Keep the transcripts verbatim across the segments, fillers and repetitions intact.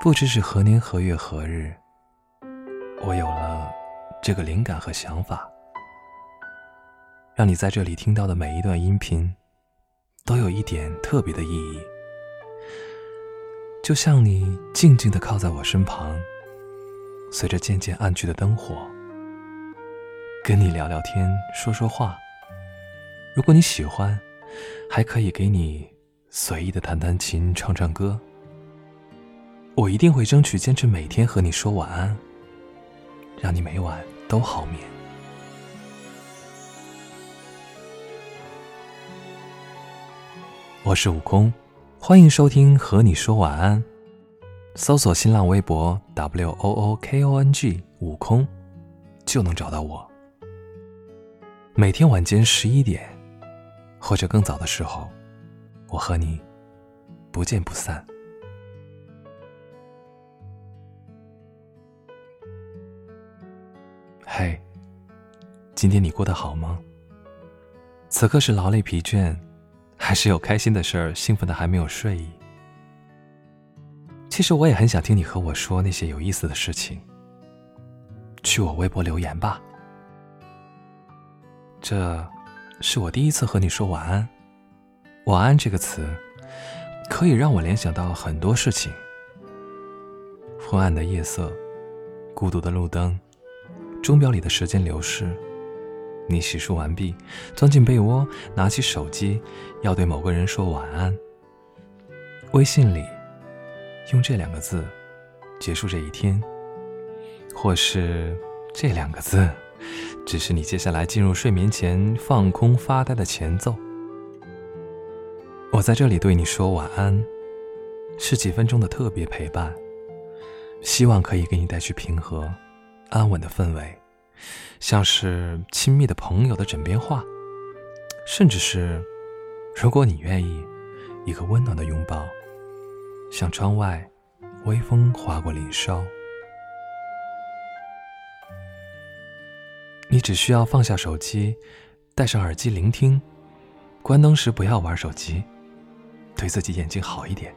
不知是何年何月何日，我有了这个灵感和想法，让你在这里听到的每一段音频都有一点特别的意义，就像你静静地靠在我身旁，随着渐渐暗去的灯火，跟你聊聊天，说说话。如果你喜欢，还可以给你随意的弹弹琴，唱唱歌。我一定会争取坚持每天和你说晚安，让你每晚都好眠。我是悟空，欢迎收听和你说晚安。搜索新浪微博 W O O K O N G 悟空就能找到我。每天晚间十一点或者更早的时候，我和你不见不散。嘿，今天你过得好吗？此刻是劳累疲倦，还是有开心的事儿，兴奋的还没有睡意？其实我也很想听你和我说那些有意思的事情，去我微博留言吧。这是我第一次和你说晚安。晚安这个词可以让我联想到很多事情：昏暗的夜色，孤独的路灯，钟表里的时间流逝，你洗漱完毕，钻进被窝，拿起手机，要对某个人说晚安。微信里用这两个字结束这一天，或是这两个字只是你接下来进入睡眠前放空发呆的前奏。我在这里对你说晚安，是几分钟的特别陪伴，希望可以给你带去平和安稳的氛围，像是亲密的朋友的枕边话，甚至是如果你愿意，一个温暖的拥抱，像窗外微风划过林梢。你只需要放下手机，戴上耳机聆听，关灯时不要玩手机，对自己眼睛好一点。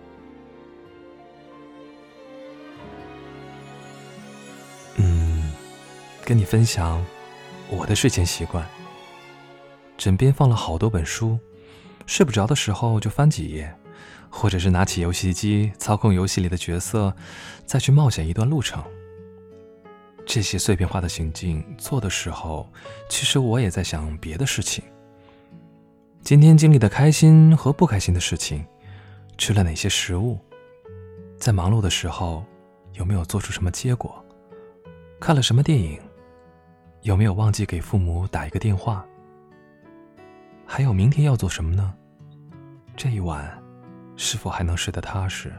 嗯，跟你分享我的睡前习惯。枕边放了好多本书，睡不着的时候就翻几页，或者是拿起游戏机操控游戏里的角色，再去冒险一段路程。这些碎片化的行径做的时候，其实我也在想别的事情。今天经历的开心和不开心的事情，吃了哪些食物，在忙碌的时候有没有做出什么结果，看了什么电影，有没有忘记给父母打一个电话，还有明天要做什么呢？这一晚是否还能睡得踏实？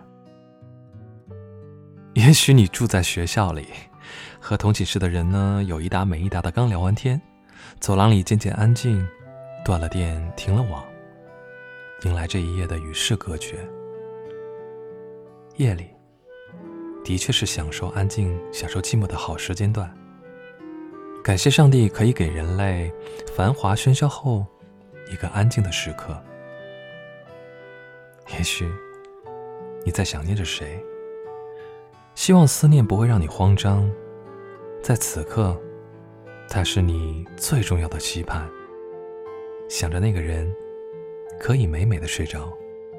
也许你住在学校里，和同寝室的人呢有一搭没一搭的刚聊完天，走廊里渐渐安静，断了电停了网，迎来这一夜的与世隔绝。夜里的确是享受安静享受寂寞的好时间段，感谢上帝可以给人类繁华喧嚣后一个安静的时刻。也许你在想念着谁，希望思念不会让你慌张，在此刻它是你最重要的期盼，想着那个人可以美美的睡着。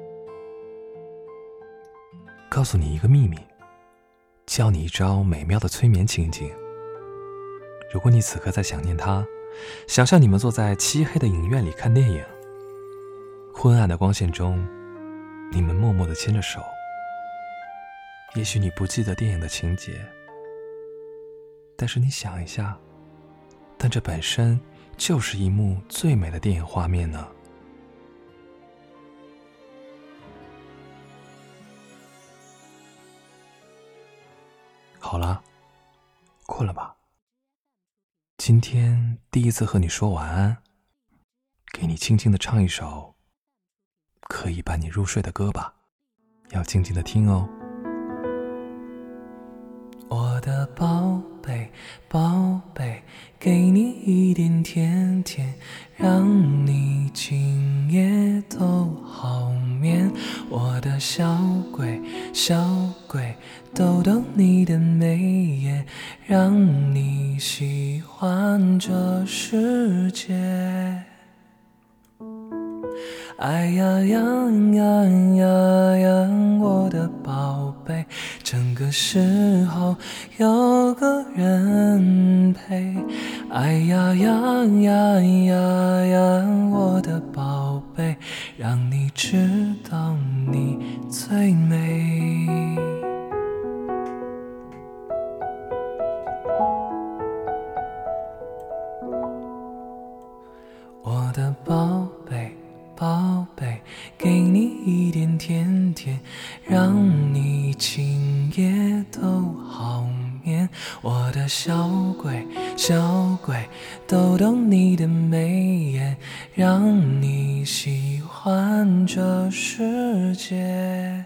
告诉你一个秘密，教你一招美妙的催眠情景。如果你此刻在想念他，想象你们坐在漆黑的影院里看电影，昏暗的光线中，你们默默地牵着手。也许你不记得电影的情节，但是你想一下，但这本身就是一幕最美的电影画面呢。好了，困了吧？今天第一次和你说晚安，给你轻轻地唱一首可以伴你入睡的歌吧，要静静地听哦。我的宝贝宝贝，给你一点甜甜，让你今夜都好眠。我的小鬼小鬼，逗逗你的眉眼，让你喜欢这世界。哎呀呀呀呀呀，我的宝贝，这个时候有个人陪。哎呀呀呀呀呀，我的宝贝，让你知道你最美。我的宝贝宝贝，给你一点甜甜，让你今夜都好眠。我的小鬼小鬼，逗逗你的眉眼，让你喜欢这世界。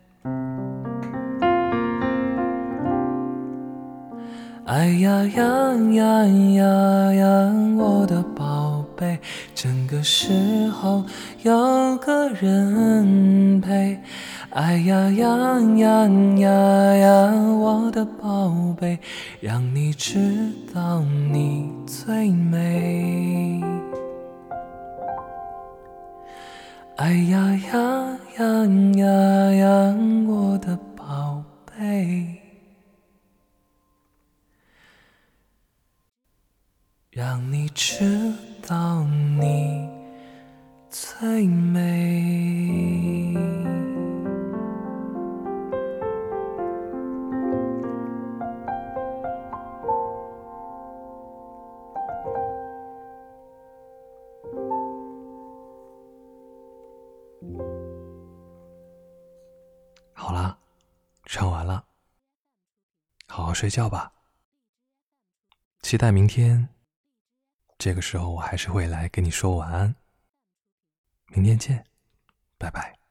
哎呀呀呀呀呀，我的宝贝，这个时候有个人陪。哎呀呀呀呀呀，我的宝贝，让你知道你最美。哎呀呀呀呀呀，我的宝贝，让你知道你最美。好啦，唱完了，好好睡觉吧。期待明天这个时候我还是会来跟你说晚安。明天见，拜拜。